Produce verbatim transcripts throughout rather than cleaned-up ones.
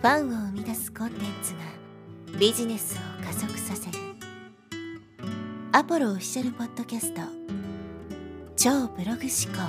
ファンを生み出すコンテンツがビジネスを加速させるアポロオフィシャルポッドキャスト超ブログ思考。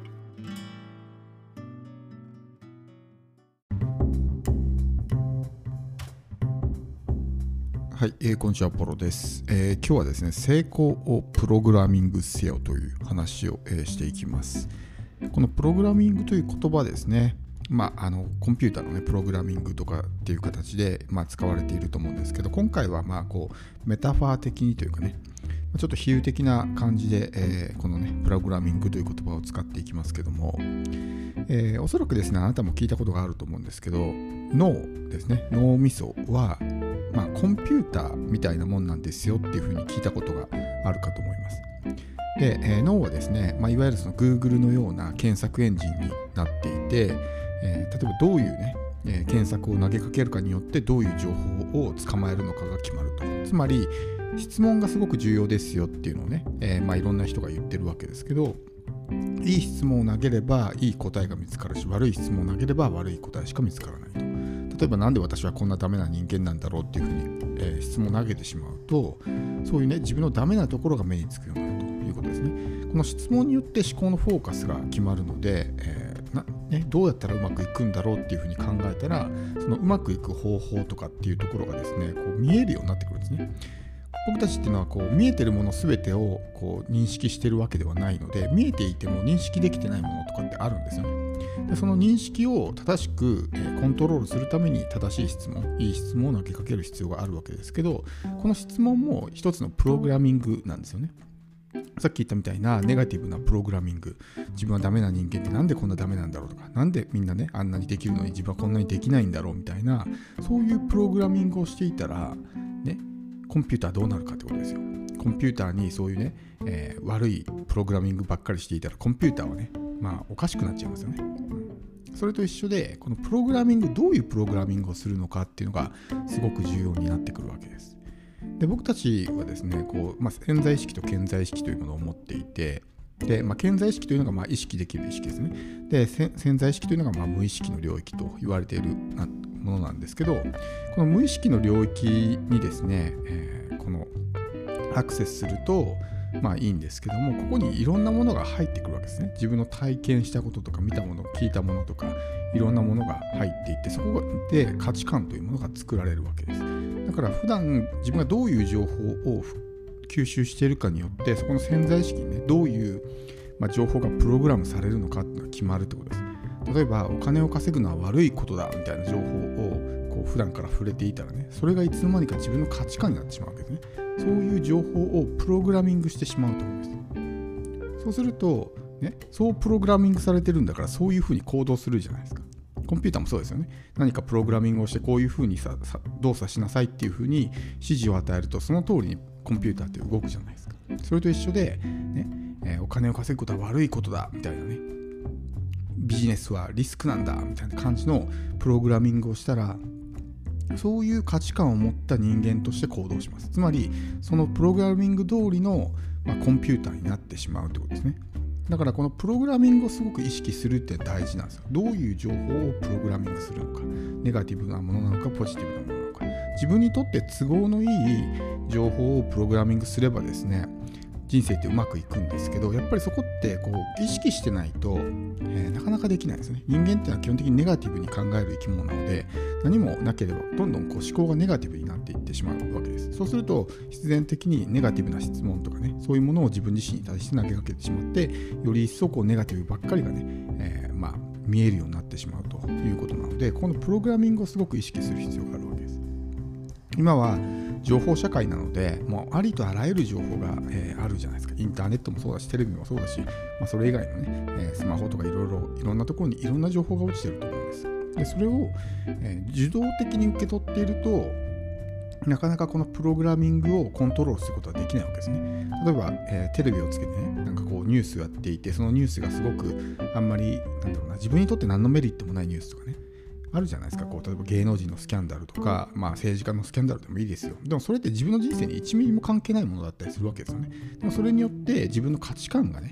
はい、えー、こんにちは、アポロです、えー。今日はですね、成功をプログラミングせよという話を、えー、していきます。このプログラミングという言葉ですね、まあ、あのコンピューターの、ね、プログラミングとかっていう形で、まあ、使われていると思うんですけど、今回はまあこうメタファー的にというかね、ちょっと比喩的な感じで、えー、このねプログラミングという言葉を使っていきますけども、えー、おそらくですね、あなたも聞いたことがあると思うんですけど、脳ですね、脳みそは、まあ、コンピューターみたいなもんなんですよっていうふうに聞いたことがあるかと思います。で、えー、脳はですね、まあ、いわゆるその Google のような検索エンジンになっていて、えー、例えばどういうね、えー、検索を投げかけるかによってどういう情報を捕まえるのかが決まると。つまり質問がすごく重要ですよっていうのをね、えー、まあいろんな人が言ってるわけですけど、いい質問を投げればいい答えが見つかるし、悪い質問を投げれば悪い答えしか見つからないと。例えばなんで私はこんなダメな人間なんだろうっていうふうに、えー、質問を投げてしまうと、そういうね自分のダメなところが目につくようになるということですね。この質問によって思考のフォーカスが決まるので、えーなね、どうやったらうまくいくんだろうっていうふうに考えたら、そのうまくいく方法とかっていうところがですね、こう見えるようになってくるんですね。僕たちっていうのはこう見えてるもの全てをこう認識してるわけではないので、見えていても認識できてないものとかってあるんですよね。でその認識を正しく、えー、コントロールするために正しい質問、いい質問を投げかける必要があるわけですけど、この質問も一つのプログラミングなんですよね。さっき言ったみたいなネガティブなプログラミング、自分はダメな人間ってなんでこんなダメなんだろうとか、なんでみんなねあんなにできるのに自分はこんなにできないんだろうみたいな、そういうプログラミングをしていたらね、コンピューターどうなるかってことですよ。コンピューターにそういうね、えー、悪いプログラミングばっかりしていたら、コンピューターはね、まあおかしくなっちゃいますよね。うん、それと一緒で、このプログラミング、どういうプログラミングをするのかっていうのがすごく重要になってくるわけです。で、僕たちはですね、こう、まあ、潜在意識と顕在意識というものを持っていて、で、まあ、顕在意識というのがまあ意識できる意識ですね。で、潜在意識というのがまあ無意識の領域と言われているものなんですけど、この無意識の領域にですね、えー、このアクセスするとまあいいんですけども、ここにいろんなものが入ってくるわけですね。自分の体験したこととか見たもの、聞いたものとか、いろんなものが入っていって、そこで価値観というものが作られるわけです。だから普段自分がどういう情報を吸収しているかによって、そこの潜在意識にね、どういう、まあ、情報がプログラムされるのかっていうのが決まるってことです。例えばお金を稼ぐのは悪いことだみたいな情報をこう普段から触れていたらね、それがいつの間にか自分の価値観になってしまうわけですね。そういう情報をプログラミングしてしまうということです。そうすると、ね、そうプログラミングされてるんだから、そういうふうに行動するじゃないですか。コンピューターもそうですよね。何かプログラミングをして、こういうふうにささ動作しなさいっていうふうに指示を与えると、その通りにコンピューターって動くじゃないですか。それと一緒で、ねえー、お金を稼ぐことは悪いことだみたいなね、ビジネスはリスクなんだみたいな感じのプログラミングをしたら、そういう価値観を持った人間として行動します。つまりそのプログラミング通りの、まあ、コンピューターになってしまうということですね。だからこのプログラミングをすごく意識するって大事なんですよ。どういう情報をプログラミングするのか、ネガティブなものなのかポジティブなものなのか、自分にとって都合のいい情報をプログラミングすればですね、人生ってうまくいくんですけど、やっぱりそこってこう意識してないと、えー、なかなかできないですね。人間っていうのは基本的にネガティブに考える生き物なので、何もなければどんどんこう思考がネガティブになっていってしまうわけです。そうすると必然的にネガティブな質問とかね、そういうものを自分自身に対して投げかけてしまって、より一層こうネガティブばっかりがね、えー、まあ見えるようになってしまうということなので、このプログラミングをすごく意識する必要があるわけです。今は情報社会なので、もうありとあらゆる情報が、えー、あるじゃないですか。インターネットもそうだし、テレビもそうだし、まあ、それ以外のね、えー、スマホとかいろいろいろんなところにいろんな情報が落ちてると思うんです。でそれを、えー、受動的に受け取っていると、なかなかこのプログラミングをコントロールすることはできないわけですね。例えば、えー、テレビをつけてね、なんかこうニュースをやっていて、そのニュースがすごくあんまりなんだろうな、自分にとって何のメリットもないニュースとかね、あるじゃないですか。こう例えば芸能人のスキャンダルとか、まあ、政治家のスキャンダルでもいいですよ。でもそれって自分の人生にいちミリも関係ないものだったりするわけですよね。でもそれによって自分の価値観がね、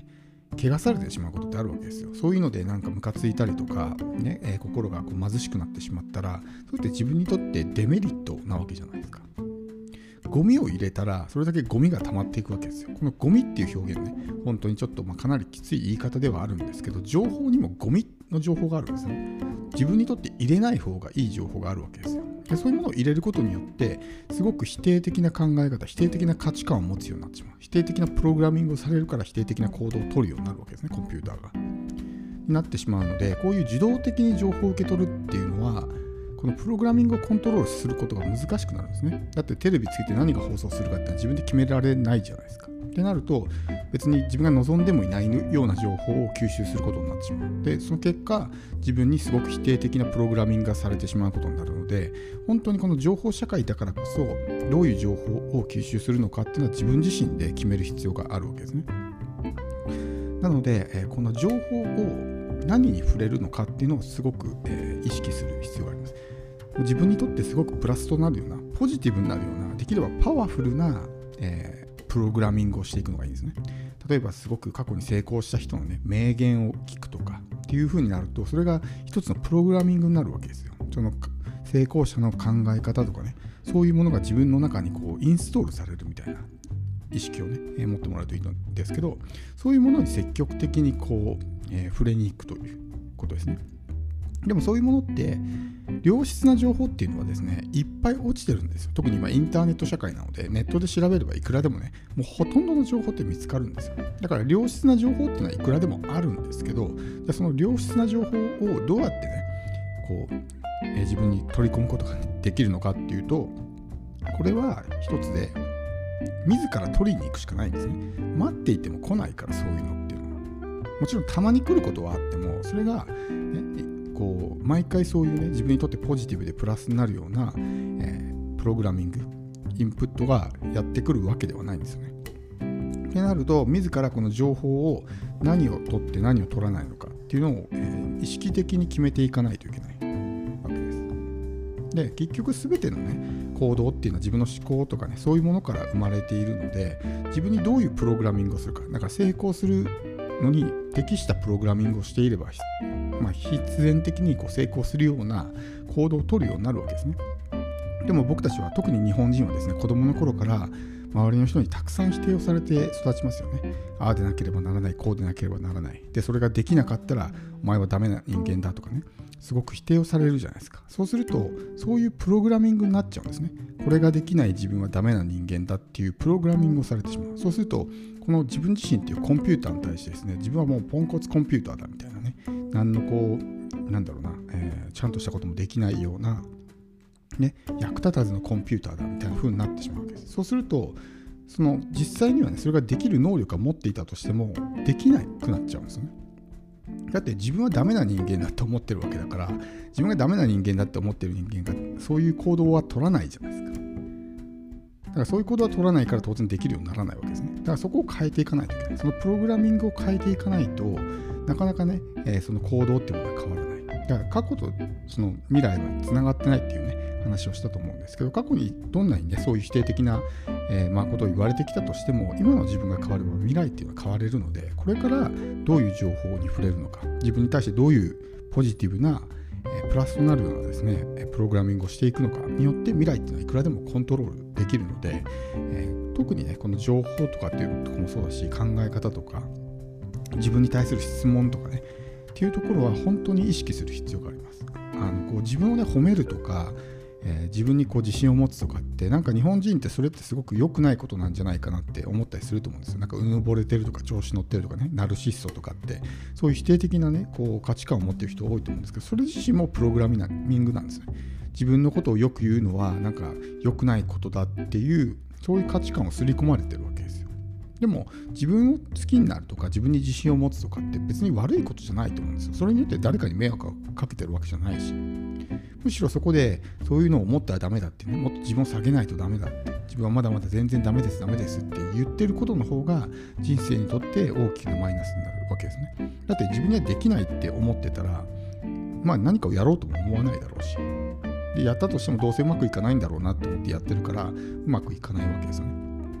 怪我されてしまうことってあるわけですよ。そういうのでなんかムカついたりとか、ねえー、心がこう貧しくなってしまったら、それって自分にとってデメリットなわけじゃないですか。ゴミを入れたらそれだけゴミが溜まっていくわけですよ。このゴミっていう表現ね、本当にちょっとまあかなりきつい言い方ではあるんですけど、情報にもゴミの情報があるんですね。自分にとって入れない方がいい情報があるわけですよ。でそういうものを入れることによってすごく否定的な考え方、否定的な価値観を持つようになってしまう。否定的なプログラミングをされるから否定的な行動を取るようになるわけですね、コンピューターが。になってしまうので、こういう受動的に情報を受け取るっていうのは、このプログラミングをコントロールすることが難しくなるんですね。だってテレビつけて何が放送するかって自分で決められないじゃないですか。ってなると別に自分が望んでもいないような情報を吸収することになってしまう。でその結果自分にすごく否定的なプログラミングがされてしまうことになるので、本当にこの情報社会だからこそどういう情報を吸収するのかっていうのは自分自身で決める必要があるわけですね。なのでこの情報を何に触れるのかっていうのをすごく意識する必要があります。自分にとってすごくプラスとなるような、ポジティブになるような、できればパワフルな、えー、プログラミングをしていくのがいいんですね。例えばすごく過去に成功した人のね名言を聞くとかっていう風になると、それが一つのプログラミングになるわけですよ。その成功者の考え方とかね、そういうものが自分の中にこうインストールされるみたいな意識をね、えー、持ってもらうといいんですけど、そういうものに積極的にこう、えー、触れに行くということですね。でもそういうものって良質な情報っていうのはですね、いっぱい落ちてるんですよ。特に今インターネット社会なので、ネットで調べればいくらでもね、もうほとんどの情報って見つかるんですよ。だから良質な情報っていうのはいくらでもあるんですけど、じゃあその良質な情報をどうやってねこう、えー、自分に取り込むことができるのかっていうと、これは一つで自ら取りに行くしかないんですね。待っていても来ないから、そういうのっていうのは。もちろんたまに来ることはあっても、それが、ね、こう毎回そういうね自分にとってポジティブでプラスになるような、えー、プログラミングインプットがやってくるわけではないんですよね。ってなると、自らこの情報を何を取って何を取らないのかっていうのを、えー、意識的に決めていかないといけないわけです。で結局全てのね行動っていうのは自分の思考とかね、そういうものから生まれているので、自分にどういうプログラミングをするか、だから成功するのに適したプログラミングをしていれば、まあ、必然的にこう成功するような行動を取るようになるわけですね。でも僕たちは、特に日本人はですね、子供の頃から周りの人にたくさん否定をされて育ちますよね。ああでなければならない、こうでなければならない。でそれができなかったらお前はダメな人間だとかね、すごく否定をされるじゃないですか。そうするとそういうプログラミングになっちゃうんですね。これができない自分はダメな人間だっていうプログラミングをされてしまう。そうするとこの自分自身っていうコンピューターに対してですね、自分はもうポンコツコンピューターだみたいなね、何のこうなんだろうな、えー、ちゃんとしたこともできないようなね、役立たずのコンピューターだみたいな風になってしまうわけです。そうするとその実際にはね、それができる能力を持っていたとしてもできなくなっちゃうんですよね。だって自分はダメな人間だと思ってるわけだから、自分がダメな人間だって思ってる人間がそういう行動は取らないじゃないですか。だからそういう行動は取らないから当然できるようにならないわけですね。だからそこを変えていかないといけない。そのプログラミングを変えていかないとなかなかね、えー、その行動っていうものは変わらない。だから過去とその未来はつながってないっていうね話をしたと思うんですけど、過去にどんなにねそういう否定的な、えーまあ、ことを言われてきたとしても、今の自分が変われば未来っていうのは変われるので、これからどういう情報に触れるのか、自分に対してどういうポジティブな、えー、プラスとなるようなですねプログラミングをしていくのかによって未来っていうのはいくらでもコントロールできるので、えー、特にねこの情報とかっていうところもそうだし、考え方とか自分に対する質問とかねっていうところは本当に意識する必要があります。あのこう自分をね褒めるとか、えー、自分にこう自信を持つとかって、なんか日本人ってそれってすごく良くないことなんじゃないかなって思ったりすると思うんですよ。なんかうぬぼれてるとか調子乗ってるとかね、ナルシストとかってそういう否定的なねこう価値観を持ってる人多いと思うんですけど、それ自身もプログラミングなんですね。自分のことをよく言うのはなんか良くないことだっていう、そういう価値観を刷り込まれてるわけですよ。でも自分を好きになるとか自分に自信を持つとかって別に悪いことじゃないと思うんですよ。それによって誰かに迷惑をかけてるわけじゃないし、むしろそこでそういうのを思ったらダメだってね、もっと自分を下げないとダメだって、自分はまだまだ全然ダメですダメですって言ってることの方が人生にとって大きなマイナスになるわけですね。だって自分にはできないって思ってたら、まあ何かをやろうとも思わないだろうし、でやったとしてもどうせうまくいかないんだろうなって思ってやってるからうまくいかないわけですよね。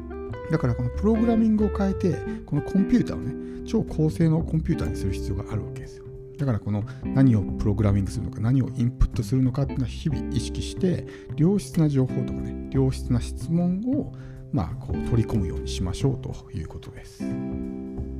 だからこのプログラミングを変えて、このコンピューターをね、超高性能コンピューターにする必要があるわけですよ。だからこの何をプログラミングするのか、何をインプットするのかっていうのは日々意識して、良質な情報とかね、良質な質問をまあこう取り込むようにしましょうということです。